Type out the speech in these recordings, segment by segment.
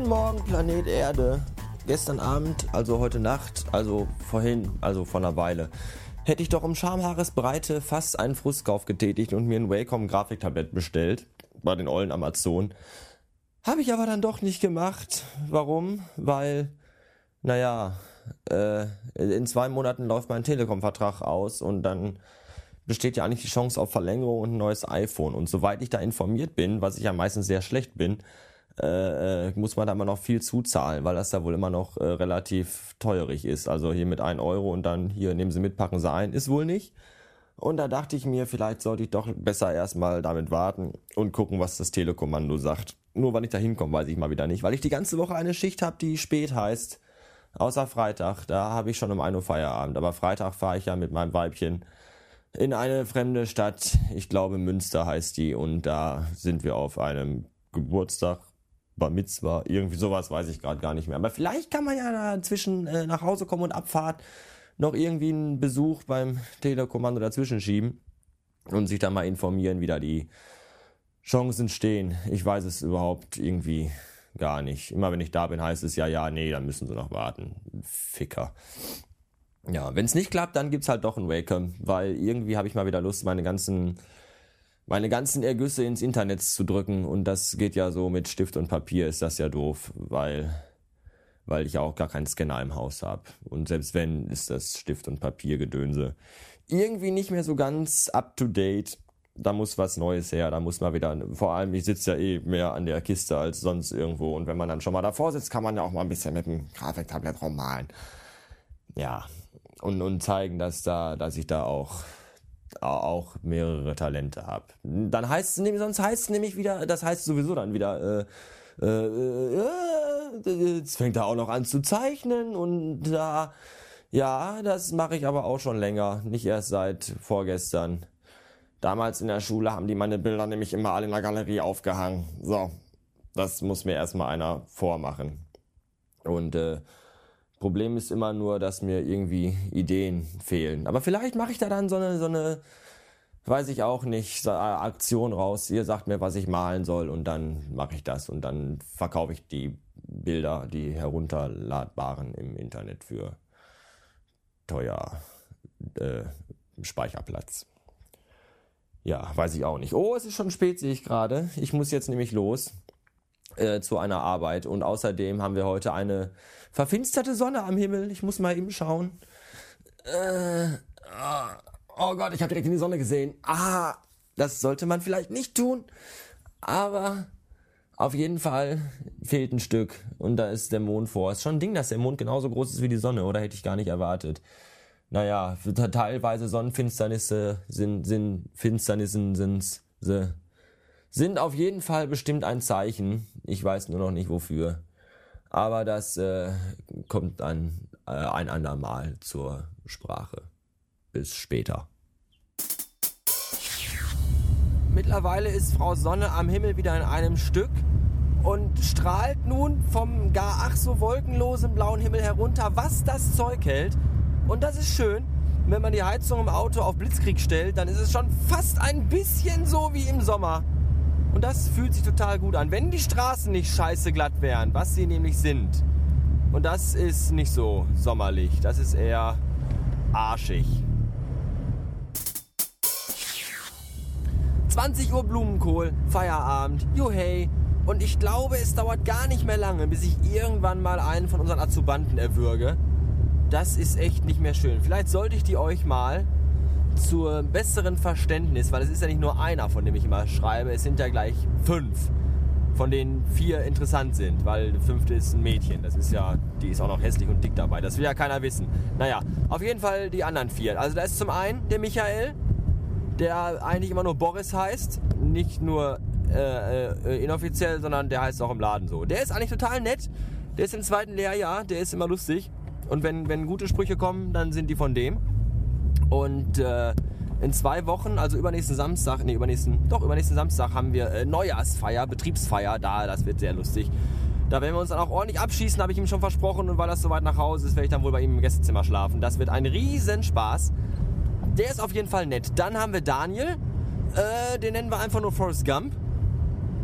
Morgen, Planet Erde. Gestern Abend, also heute Nacht, also vorhin, also vor einer Weile, hätte ich doch um Schamhaaresbreite fast einen Frustkauf getätigt und mir ein Wacom Grafiktablett bestellt, bei den ollen Amazon. Habe ich aber dann doch nicht gemacht. Warum? Weil, in 2 Monaten läuft mein Telekom-Vertrag aus und dann besteht ja eigentlich die Chance auf Verlängerung und ein neues iPhone. Und soweit ich da informiert bin, was ich ja meistens sehr schlecht bin, muss man da immer noch viel zuzahlen, weil das da wohl immer noch relativ teurig ist. Also hier mit 1 Euro und dann hier nehmen Sie mit, packen Sie ein, ist wohl nicht. Und da dachte ich mir, vielleicht sollte ich doch besser erstmal damit warten und gucken, was das Telekommando sagt. Nur wann ich da hinkomme, weiß ich mal wieder nicht, weil ich die ganze Woche eine Schicht habe, die spät heißt. Außer Freitag, da habe ich schon um 1 Uhr Feierabend. Aber Freitag fahre ich ja mit meinem Weibchen in eine fremde Stadt. Ich glaube Münster heißt die. Und da sind wir auf einem Geburtstag, Bar Mitzwa, irgendwie sowas, weiß ich gerade gar nicht mehr. Aber vielleicht kann man ja dazwischen nach Hause kommen und Abfahrt noch irgendwie einen Besuch beim Telekommando dazwischen schieben und sich dann mal informieren, wie da die Chancen stehen. Ich weiß es überhaupt irgendwie gar nicht. Immer wenn ich da bin, heißt es nee, dann müssen sie noch warten. Ficker. Ja, wenn es nicht klappt, dann gibt's halt doch ein Wacom, weil irgendwie habe ich mal wieder Lust, meine ganzen Ergüsse ins Internet zu drücken und das geht ja so mit Stift und Papier, ist das ja doof, weil ich ja auch gar keinen Scanner im Haus habe. Und selbst wenn, ist das Stift- und Papiergedönse irgendwie nicht mehr so ganz up-to-date. Da muss was Neues her, da muss mal wieder, vor allem ich sitze ja mehr an der Kiste als sonst irgendwo und wenn man dann schon mal davor sitzt, kann man ja auch mal ein bisschen mit dem Grafiktablett rummalen. Ja, und zeigen, dass ich da auch mehrere Talente habe. Dann sonst heißt es nämlich wieder, das heißt sowieso dann wieder, jetzt fängt er auch noch an zu zeichnen und das mache ich aber auch schon länger, nicht erst seit vorgestern. Damals in der Schule haben die meine Bilder nämlich immer alle in der Galerie aufgehangen. So, das muss mir erstmal einer vormachen. Und Problem ist immer nur, dass mir irgendwie Ideen fehlen. Aber vielleicht mache ich da dann so eine, weiß ich auch nicht, so eine Aktion raus. Ihr sagt mir, was ich malen soll und dann mache ich das. Und dann verkaufe ich die Bilder, die herunterladbaren im Internet für teuer Speicherplatz. Ja, weiß ich auch nicht. Oh, es ist schon spät, sehe ich gerade. Ich muss jetzt nämlich los zu einer Arbeit. Und außerdem haben wir heute eine verfinsterte Sonne am Himmel. Ich muss mal eben schauen. Oh Gott, ich habe direkt in die Sonne gesehen. Das sollte man vielleicht nicht tun. Aber auf jeden Fall fehlt ein Stück. Und da ist der Mond vor. Ist schon ein Ding, dass der Mond genauso groß ist wie die Sonne. Oder hätte ich gar nicht erwartet. Naja, teilweise Sonnenfinsternisse sind auf jeden Fall bestimmt ein Zeichen. Ich weiß nur noch nicht wofür. Aber das kommt dann ein andermal zur Sprache. Bis später. Mittlerweile ist Frau Sonne am Himmel wieder in einem Stück und strahlt nun vom gar ach so wolkenlosen blauen Himmel herunter, was das Zeug hält. Und das ist schön. Wenn man die Heizung im Auto auf Blitzkrieg stellt, dann ist es schon fast ein bisschen so wie im Sommer. Und das fühlt sich total gut an. Wenn die Straßen nicht scheiße glatt wären, was sie nämlich sind. Und das ist nicht so sommerlich. Das ist eher arschig. 20 Uhr Blumenkohl, Feierabend, juhey. Und ich glaube, es dauert gar nicht mehr lange, bis ich irgendwann mal einen von unseren Azubanten erwürge. Das ist echt nicht mehr schön. Vielleicht sollte ich die euch mal zur besseren Verständnis, weil es ist ja nicht nur einer, von dem ich immer schreibe, es sind ja gleich 5, von denen 4 interessant sind, weil der 5. ist ein Mädchen, die ist auch noch hässlich und dick dabei, das will ja keiner wissen. Naja, auf jeden Fall die anderen 4. Also da ist zum einen der Michael, der eigentlich immer nur Boris heißt, nicht nur inoffiziell, sondern der heißt auch im Laden so. Der ist eigentlich total nett, der ist im 2. Lehrjahr, der ist immer lustig und wenn gute Sprüche kommen, dann sind die von dem. Und in 2 Wochen, also übernächsten Samstag haben wir Neujahrsfeier, Betriebsfeier, das wird sehr lustig. Da werden wir uns dann auch ordentlich abschießen, habe ich ihm schon versprochen. Und weil das so weit nach Hause ist, werde ich dann wohl bei ihm im Gästezimmer schlafen. Das wird ein Riesenspaß. Der ist auf jeden Fall nett. Dann haben wir Daniel, den nennen wir einfach nur Forrest Gump.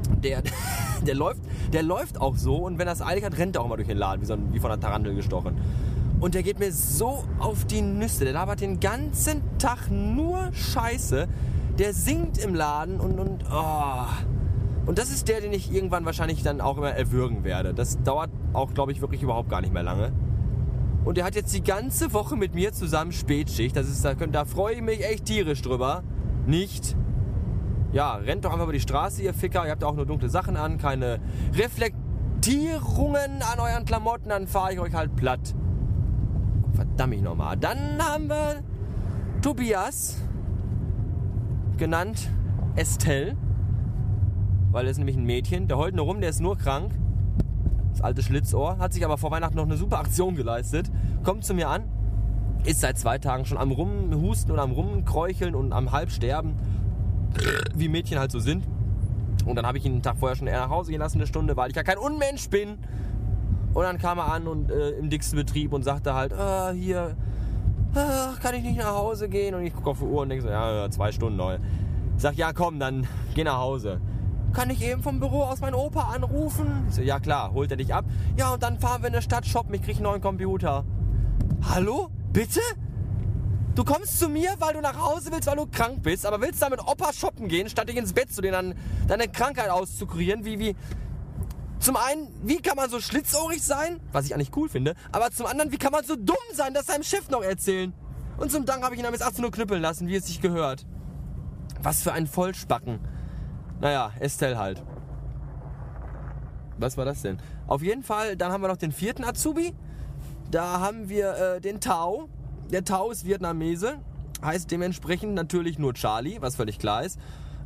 der läuft auch so und wenn er es eilig hat, rennt er auch mal durch den Laden, wie von einer Tarantel gestochen. Und der geht mir so auf die Nüsse. Der labert den ganzen Tag nur Scheiße. Der singt im Laden und das ist der, den ich irgendwann wahrscheinlich dann auch immer erwürgen werde. Das dauert auch, glaube ich, wirklich überhaupt gar nicht mehr lange. Und der hat jetzt die ganze Woche mit mir zusammen Spätschicht. Da freue ich mich echt tierisch drüber. Nicht. Ja, rennt doch einfach über die Straße, ihr Ficker. Ihr habt auch nur dunkle Sachen an, keine Reflektierungen an euren Klamotten. Dann fahre ich euch halt platt. Verdammt nochmal. Dann haben wir Tobias, genannt Estelle, weil er ist nämlich ein Mädchen. Der heult nur rum, der ist nur krank. Das alte Schlitzohr. Hat sich aber vor Weihnachten noch eine super Aktion geleistet. Kommt zu mir an, ist seit 2 Tagen schon am Rumhusten und am Rumkräucheln und am Halbsterben, wie Mädchen halt so sind. Und dann habe ich ihn einen Tag vorher schon eher nach Hause gehen lassen, eine Stunde, weil ich ja kein Unmensch bin. Und dann kam er an und im dicksten Betrieb und sagte halt, kann ich nicht nach Hause gehen? Und ich gucke auf die Uhr und denke so, ja, 2 Stunden noch. Ich sag, ja komm, dann geh nach Hause. Kann ich eben vom Büro aus meinen Opa anrufen? Ich so, ja klar, holt er dich ab. Ja, und dann fahren wir in der Stadt shoppen, ich krieg einen neuen Computer. Hallo? Bitte? Du kommst zu mir, weil du nach Hause willst, weil du krank bist, aber willst da mit Opa shoppen gehen, statt dich ins Bett zu lehnen, deine Krankheit auszukurieren, wie... Zum einen, wie kann man so schlitzohrig sein, was ich eigentlich cool finde, aber zum anderen, wie kann man so dumm sein, das seinem Chef noch erzählen? Und zum Dank habe ich ihn dann bis 18 Uhr knüppeln lassen, wie es sich gehört. Was für ein Vollspacken. Naja, Estelle halt. Was war das denn? Auf jeden Fall, dann haben wir noch den 4. Azubi. Da haben wir den Tao. Der Tao ist Vietnamese, heißt dementsprechend natürlich nur Charlie, was völlig klar ist.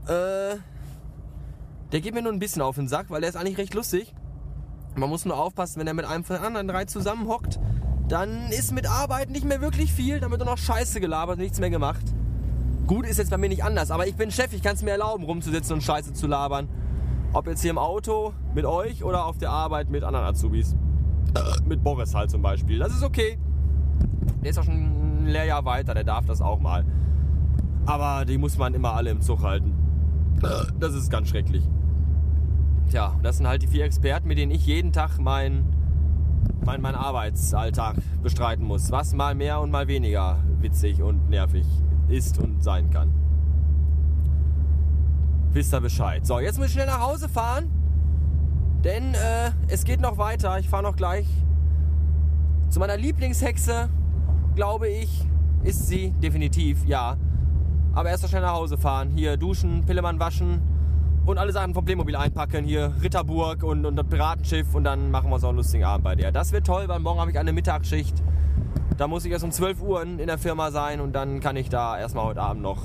Der geht mir nur ein bisschen auf den Sack, weil der ist eigentlich recht lustig. Man muss nur aufpassen, wenn er mit einem von den anderen 3 zusammenhockt, dann ist mit Arbeit nicht mehr wirklich viel, dann wird nur noch Scheiße gelabert, nichts mehr gemacht. Gut, ist jetzt bei mir nicht anders, aber ich bin Chef, ich kann es mir erlauben, rumzusitzen und Scheiße zu labern. Ob jetzt hier im Auto mit euch oder auf der Arbeit mit anderen Azubis. Mit Boris halt zum Beispiel, das ist okay. Der ist auch schon ein Lehrjahr weiter, der darf das auch mal. Aber die muss man immer alle im Zug halten. Das ist ganz schrecklich. Tja, das sind halt die 4 Experten, mit denen ich jeden Tag meinen Arbeitsalltag bestreiten muss. Was mal mehr und mal weniger witzig und nervig ist und sein kann. Wisst ihr Bescheid. So, jetzt muss ich schnell nach Hause fahren. Denn es geht noch weiter. Ich fahre noch gleich zu meiner Lieblingshexe, glaube ich. Ist sie definitiv, ja. Aber erst noch schnell nach Hause fahren. Hier duschen, Pillemann waschen und alle Sachen vom Playmobil einpacken. Hier Ritterburg und das Piratenschiff. Und dann machen wir so einen lustigen Abend bei der. Das wird toll, weil morgen habe ich eine Mittagsschicht. Da muss ich erst um 12 Uhr in der Firma sein. Und dann kann ich da erstmal heute Abend noch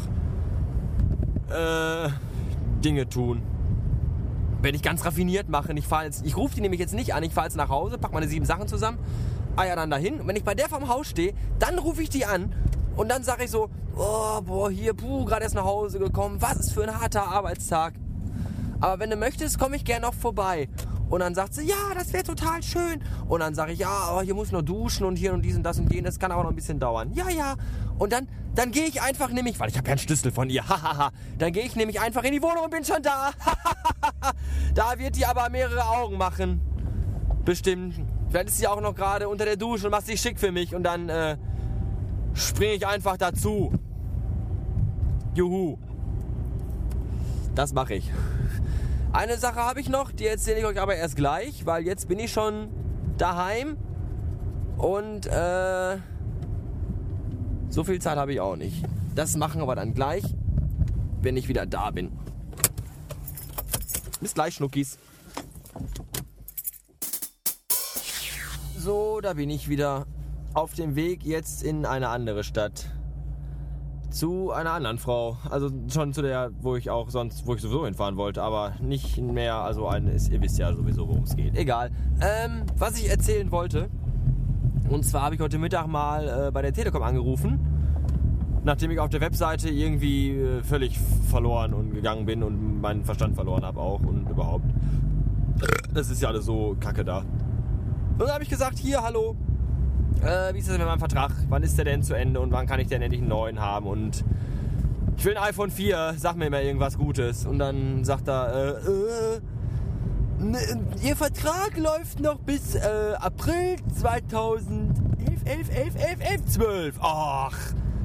Dinge tun. Werde ich ganz raffiniert machen. Ich rufe die nämlich jetzt nicht an. Ich fahre jetzt nach Hause, packe meine 7 Sachen zusammen, eier dann dahin. Und wenn ich bei der vorm Haus stehe, dann rufe ich die an. Und dann sage ich so, gerade erst nach Hause gekommen. Was ist für ein harter Arbeitstag. Aber wenn du möchtest, komme ich gerne noch vorbei. Und dann sagt sie, ja, das wäre total schön. Und dann sage ich, ja, aber hier muss noch duschen und hier und dies und das und jenes. Das kann aber noch ein bisschen dauern. Ja, ja. Und dann gehe ich einfach nämlich, weil ich habe ja einen Schlüssel von ihr. Dann gehe ich nämlich einfach in die Wohnung und bin schon da. Da wird die aber mehrere Augen machen. Bestimmt. Vielleicht ist sie auch noch gerade unter der Dusche und macht sich schick für mich. Und dann springe ich einfach dazu. Juhu. Das mache ich. Eine Sache habe ich noch, die erzähle ich euch aber erst gleich, weil jetzt bin ich schon daheim und so viel Zeit habe ich auch nicht. Das machen wir dann gleich, wenn ich wieder da bin. Bis gleich, Schnuckis. So, da bin ich wieder auf dem Weg jetzt in eine andere Stadt. Zu einer anderen Frau. Also schon zu der, wo ich sowieso hinfahren wollte, aber nicht mehr, also ihr wisst ja sowieso, worum es geht. Egal. Was ich erzählen wollte, und zwar habe ich heute Mittag mal bei der Telekom angerufen, nachdem ich auf der Webseite irgendwie völlig verloren und gegangen bin und meinen Verstand verloren habe auch und überhaupt. Das ist ja alles so kacke da. Und dann habe ich gesagt, hier, hallo. Wie ist das mit meinem Vertrag? Wann ist der denn zu Ende und wann kann ich denn endlich einen neuen haben? Und ich will ein iPhone 4, sag mir immer irgendwas Gutes. Und dann sagt er, Ihr Vertrag läuft noch bis April 2012. Ach,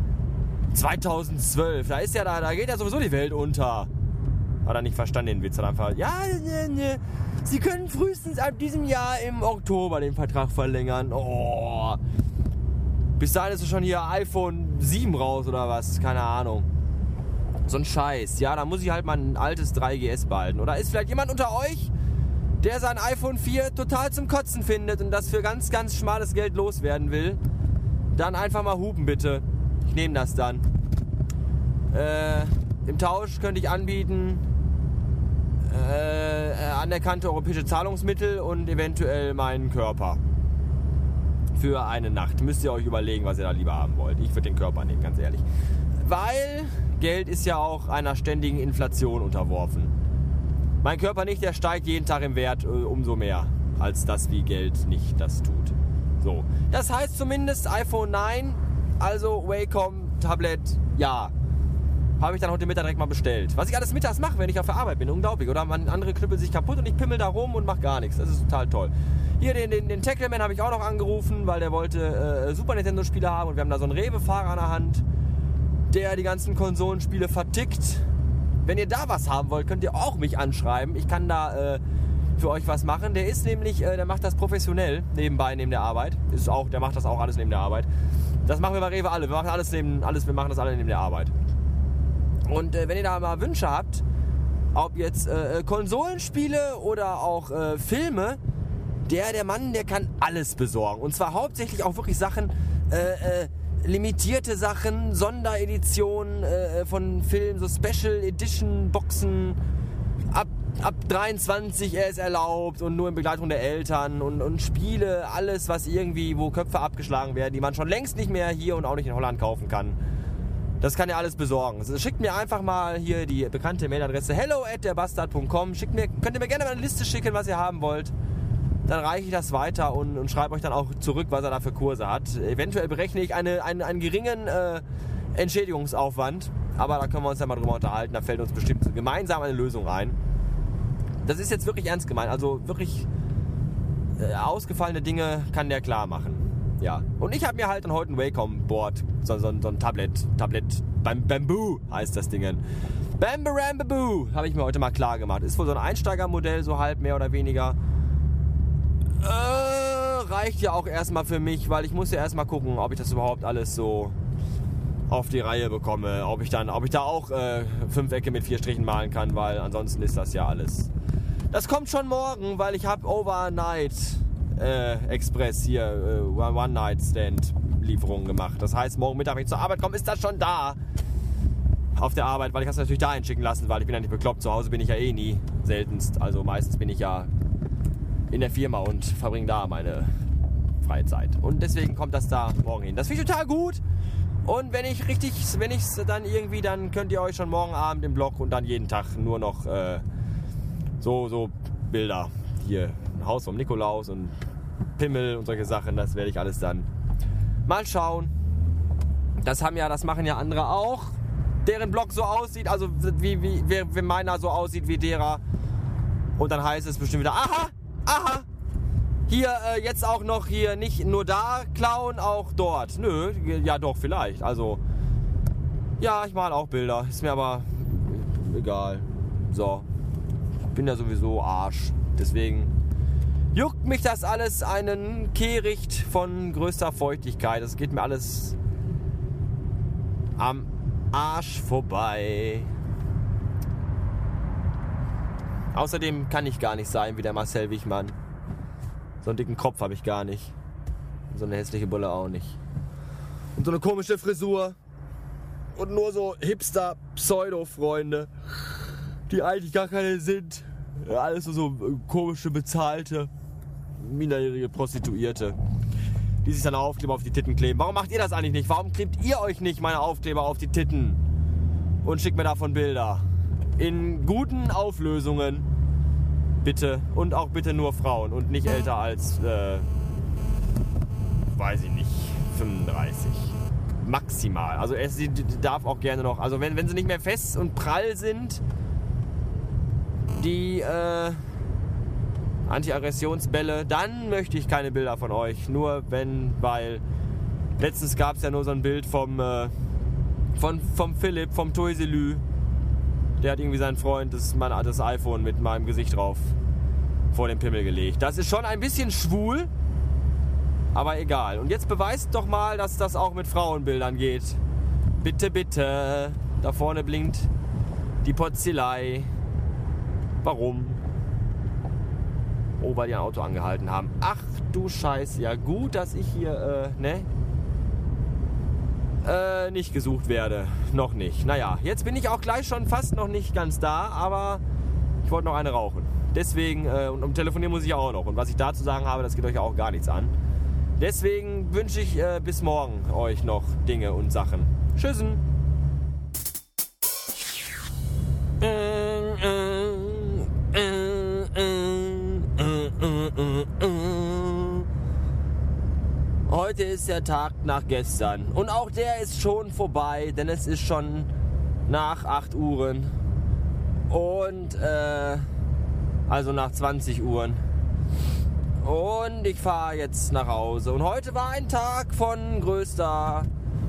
2012. Da geht ja sowieso die Welt unter. Hat er nicht verstanden, den Witz. Hat einfach, ja, ne. Sie können frühestens ab diesem Jahr im Oktober den Vertrag verlängern. Oh. Bis dahin ist schon hier iPhone 7 raus oder was? Keine Ahnung. So ein Scheiß. Ja, da muss ich halt mal ein altes 3GS behalten. Oder ist vielleicht jemand unter euch, der sein iPhone 4 total zum Kotzen findet und das für ganz, ganz schmales Geld loswerden will? Dann einfach mal hupen, bitte. Ich nehme das dann. Im Tausch könnte ich anbieten anerkannte europäische Zahlungsmittel und eventuell meinen Körper. Für eine Nacht. Müsst ihr euch überlegen, was ihr da lieber haben wollt. Ich würde den Körper nehmen, ganz ehrlich. Weil Geld ist ja auch einer ständigen Inflation unterworfen. Mein Körper nicht, der steigt jeden Tag im Wert umso mehr, als das, wie Geld nicht das tut. So. Das heißt zumindest iPhone 9, also Wacom Tablet, ja. Habe ich dann heute Mittag direkt mal bestellt. Was ich alles mittags mache, wenn ich auf der Arbeit bin. Unglaublich. Oder andere knüppeln sich kaputt und ich pimmel da rum und mache gar nichts. Das ist total toll. Hier den Tackleman habe ich auch noch angerufen, weil der wollte Super Nintendo Spiele haben. Und wir haben da so einen Rewe-Fahrer an der Hand, der die ganzen Konsolenspiele vertickt. Wenn ihr da was haben wollt, könnt ihr auch mich anschreiben. Ich kann da für euch was machen. Der ist nämlich, der macht das professionell nebenbei, neben der Arbeit. Der macht das auch alles neben der Arbeit. Das machen wir bei Rewe alle. Wir machen das alle neben der Arbeit. Und wenn ihr da mal Wünsche habt, ob jetzt Konsolenspiele oder auch Filme, der Mann, der kann alles besorgen. Und zwar hauptsächlich auch wirklich Sachen, limitierte Sachen, Sondereditionen von Filmen, so Special Edition Boxen, ab 23 er ist erlaubt und nur in Begleitung der Eltern und Spiele, alles was irgendwie, wo Köpfe abgeschlagen werden, die man schon längst nicht mehr hier und auch nicht in Holland kaufen kann. Das kann ihr alles besorgen. Also schickt mir einfach mal hier die bekannte Mailadresse hello@derbastard.com. Könnt ihr mir gerne mal eine Liste schicken, was ihr haben wollt. Dann reiche ich das weiter und schreibe euch dann auch zurück, was er da für Kurse hat. Eventuell berechne ich einen geringen Entschädigungsaufwand. Aber da können wir uns ja mal drüber unterhalten. Da fällt uns bestimmt gemeinsam eine Lösung ein. Das ist jetzt wirklich ernst gemeint. Also wirklich ausgefallene Dinge kann der klar machen. Ja, und ich habe mir halt dann heute ein Wacom-Board, so ein Tablet Bamboo heißt das Ding. Bamboo habe ich mir heute mal klar gemacht. Ist wohl so ein Einsteigermodell, so halb, mehr oder weniger. Reicht ja auch erstmal für mich, weil ich muss ja erstmal gucken, ob ich das überhaupt alles so auf die Reihe bekomme. Ob ich da auch 5 Ecke mit 4 Strichen malen kann, weil ansonsten ist das ja alles. Das kommt schon morgen, weil ich habe Overnight Express hier, One-Night-Stand-Lieferungen gemacht. Das heißt, morgen Mittag, wenn ich zur Arbeit komme, ist das schon da. Auf der Arbeit, weil ich das natürlich da hinschicken lassen, weil ich bin ja nicht bekloppt. Zu Hause bin ich ja eh nie, seltenst. Also meistens bin ich ja in der Firma und verbringe da meine Freizeit. Und deswegen kommt das da morgen hin. Das finde ich total gut. Und wenn ich es dann irgendwie, dann könnt ihr euch schon morgen Abend im Blog und dann jeden Tag nur noch so Bilder. Hier ein Haus vom Nikolaus und Pimmel und solche Sachen, das werde ich alles dann mal schauen. Das machen ja andere auch, deren Blog so aussieht, also wie meiner so aussieht wie derer. Und dann heißt es bestimmt wieder, aha, hier jetzt auch noch hier nicht nur da klauen, auch dort. Nö, ja doch, vielleicht. Also, ja, ich male auch Bilder, ist mir aber egal. So, ich bin ja sowieso Arsch, deswegen juckt mich das alles einen Kehricht von größter Feuchtigkeit. Das geht mir alles am Arsch vorbei. Außerdem kann ich gar nicht sein wie der Marcel Wichmann. So einen dicken Kopf habe ich gar nicht. Und so eine hässliche Bulle auch nicht. Und so eine komische Frisur. Und nur so Hipster-Pseudo-Freunde, die eigentlich gar keine sind. Ja, alles so komische, bezahlte, minderjährige Prostituierte, die sich dann Aufkleber auf die Titten kleben. Warum macht ihr das eigentlich nicht? Warum klebt ihr euch nicht meine Aufkleber auf die Titten? Und schickt mir davon Bilder. In guten Auflösungen. Bitte. Und auch bitte nur Frauen. Und nicht älter als, weiß ich nicht, 35. Maximal. Also sie darf auch gerne noch, also wenn sie nicht mehr fest und prall sind, die Anti-Aggressionsbälle, dann möchte ich keine Bilder von euch. Nur weil letztens gab es ja nur so ein Bild vom Philipp, vom Toiselü. Der hat irgendwie seinen Freund das iPhone mit meinem Gesicht drauf vor den Pimmel gelegt. Das ist schon ein bisschen schwul, aber egal. Und jetzt beweist doch mal, dass das auch mit Frauenbildern geht. Bitte, bitte. Da vorne blinkt die Porzellei. Warum? Oh, weil die ein Auto angehalten haben. Ach du Scheiße. Ja gut, dass ich hier, nicht gesucht werde. Noch nicht. Naja, jetzt bin ich auch gleich schon fast noch nicht ganz da, aber ich wollte noch eine rauchen. Deswegen, und telefonieren muss ich auch noch. Und was ich da zu sagen habe, das geht euch auch gar nichts an. Deswegen wünsche ich bis morgen euch noch Dinge und Sachen. Tschüssen. Heute ist der Tag nach gestern und auch der ist schon vorbei, denn es ist schon nach 8 Uhren und also nach 20 Uhren und ich fahre jetzt nach Hause und heute war ein Tag von größter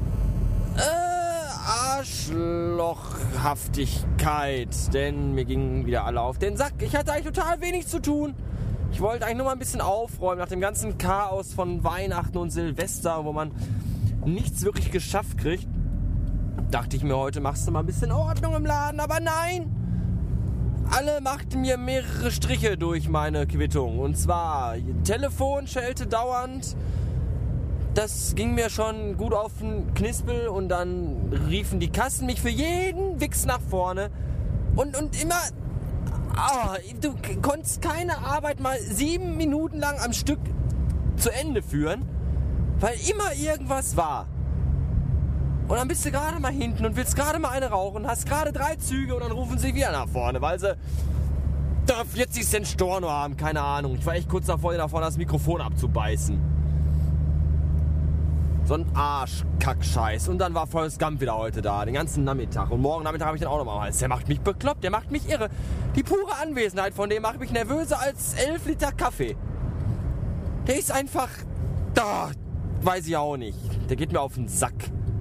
Arschlochhaftigkeit, denn mir gingen wieder alle auf den Sack. Ich hatte eigentlich total wenig zu tun. Ich wollte eigentlich nur mal ein bisschen aufräumen nach dem ganzen Chaos von Weihnachten und Silvester, wo man nichts wirklich geschafft kriegt. Dachte ich mir, heute machst du mal ein bisschen Ordnung im Laden, aber nein! Alle machten mir mehrere Striche durch meine Quittung. Und zwar, Telefon schellte dauernd. Das ging mir schon gut auf den Knispel und dann riefen die Kassen mich für jeden Wichs nach vorne. Und immer... du konntest keine Arbeit mal 7 Minuten lang am Stück zu Ende führen, weil immer irgendwas war. Und dann bist du gerade mal hinten und willst gerade mal eine rauchen, hast gerade 3 Züge und dann rufen sie wieder nach vorne, weil sie da 40 Cent Storno haben, keine Ahnung. Ich war echt kurz davor das Mikrofon abzubeißen. So ein Arschkackscheiß. Und dann war Forrest Gump wieder heute da, den ganzen Nachmittag. Und morgen Nachmittag habe ich den auch nochmal am Hals. Der macht mich bekloppt, der macht mich irre. Die pure Anwesenheit von dem macht mich nervöser als 11 Liter Kaffee. Der ist einfach... weiß ich auch nicht. Der geht mir auf den Sack.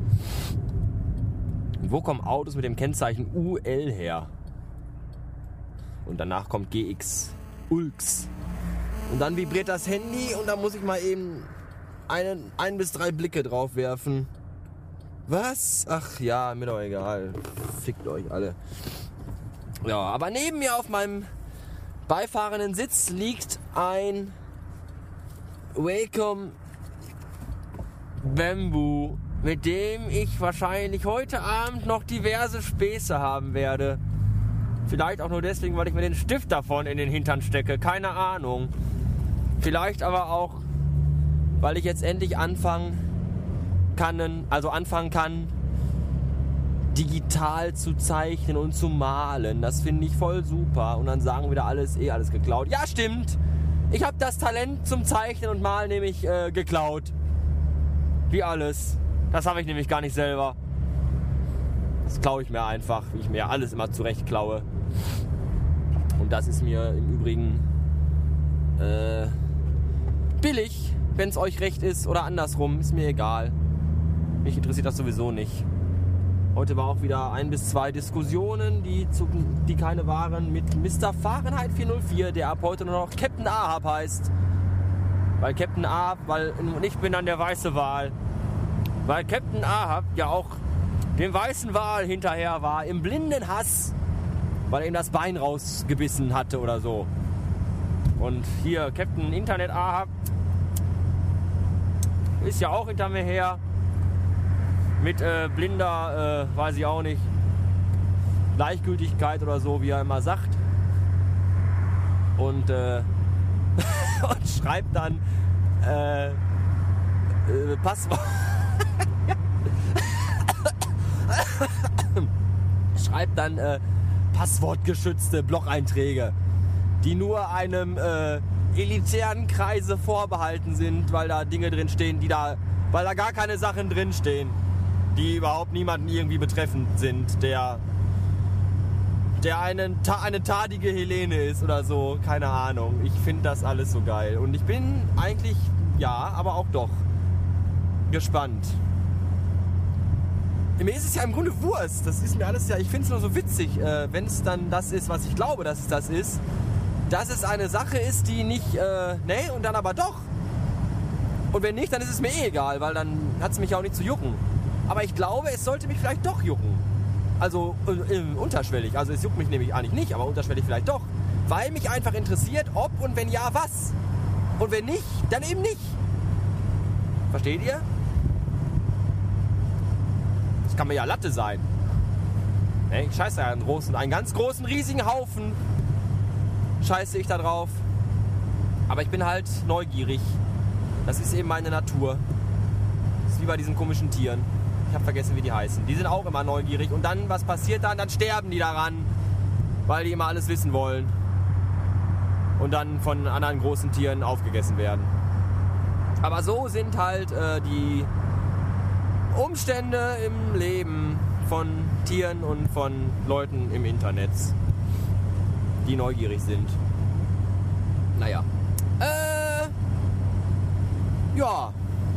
Und wo kommen Autos mit dem Kennzeichen UL her? Und danach kommt GX. Ulks. Und dann vibriert das Handy und dann muss ich mal eben... 1 bis 3 Blicke drauf werfen. Was? Ach ja, mir doch egal. Fickt euch alle. Ja, aber neben mir auf meinem beifahrenden Sitz liegt ein Wacom Bamboo, mit dem ich wahrscheinlich heute Abend noch diverse Späße haben werde. Vielleicht auch nur deswegen, weil ich mir den Stift davon in den Hintern stecke. Keine Ahnung. Vielleicht aber auch, weil ich jetzt endlich anfangen kann, digital zu zeichnen und zu malen. Das finde ich voll super. Und dann sagen wieder alles geklaut. Ja, stimmt. Ich habe das Talent zum Zeichnen und Malen nämlich geklaut. Wie alles. Das habe ich nämlich gar nicht selber. Das klaue ich mir einfach, wie ich mir alles immer zurecht klaue. Und das ist mir im Übrigen billig. Wenn es euch recht ist oder andersrum, ist mir egal. Mich interessiert das sowieso nicht. Heute war auch wieder 1 bis 2 Diskussionen, die keine waren, mit Mr. Fahrenheit 404, der ab heute nur noch Captain Ahab heißt. Weil Captain Ahab, und ich bin dann der weiße Wal. Weil Captain Ahab ja auch dem weißen Wal hinterher war, im blinden Hass, weil er ihm das Bein rausgebissen hatte oder so. Und hier, Captain Internet Ahab, ist ja auch hinter mir her. Mit blinder, weiß ich auch nicht, Gleichgültigkeit oder so, wie er immer sagt. Und, und schreibt dann Passwort. Schreibt dann passwortgeschützte Blog-Einträge, die nur einem elitären Kreise vorbehalten sind, weil da Dinge drin stehen, weil da gar keine Sachen drin stehen, die überhaupt niemanden irgendwie betreffend sind, der der eine tadige Helene ist oder so, keine Ahnung. Ich finde das alles so geil. Und ich bin eigentlich, ja, aber auch doch gespannt. Mir ist es ja im Grunde Wurst. Das ist mir alles ja, ich finde es nur so witzig, wenn es dann das ist, was ich glaube, dass es das ist. Dass es eine Sache ist, die nicht, nee, und dann aber doch. Und wenn nicht, dann ist es mir egal, weil dann hat es mich auch nicht zu jucken. Aber ich glaube, es sollte mich vielleicht doch jucken. Also unterschwellig. Also es juckt mich nämlich eigentlich nicht, aber unterschwellig vielleicht doch. Weil mich einfach interessiert, ob und wenn ja, was. Und wenn nicht, dann eben nicht. Versteht ihr? Das kann mir ja Latte sein. Ne, ich scheiße ja einen ganz großen, riesigen Haufen. Scheiße ich da drauf. Aber ich bin halt neugierig. Das ist eben meine Natur. Das ist wie bei diesen komischen Tieren. Ich habe vergessen, wie die heißen. Die sind auch immer neugierig. Und dann, was passiert dann? Dann sterben die daran, weil die immer alles wissen wollen. Und dann von anderen großen Tieren aufgegessen werden. Aber so sind halt die Umstände im Leben von Tieren und von Leuten im Internet, die neugierig sind. Naja. Ja.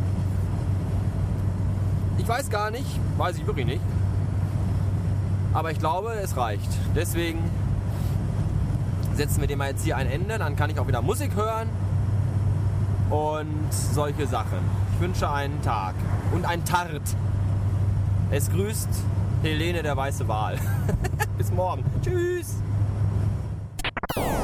Ich weiß gar nicht, weiß ich wirklich nicht. Aber ich glaube, es reicht. Deswegen setzen wir dem mal jetzt hier ein Ende. Dann kann ich auch wieder Musik hören und solche Sachen. Ich wünsche einen Tag und ein Tart. Es grüßt Helene, der weiße Wal. Bis morgen. Tschüss.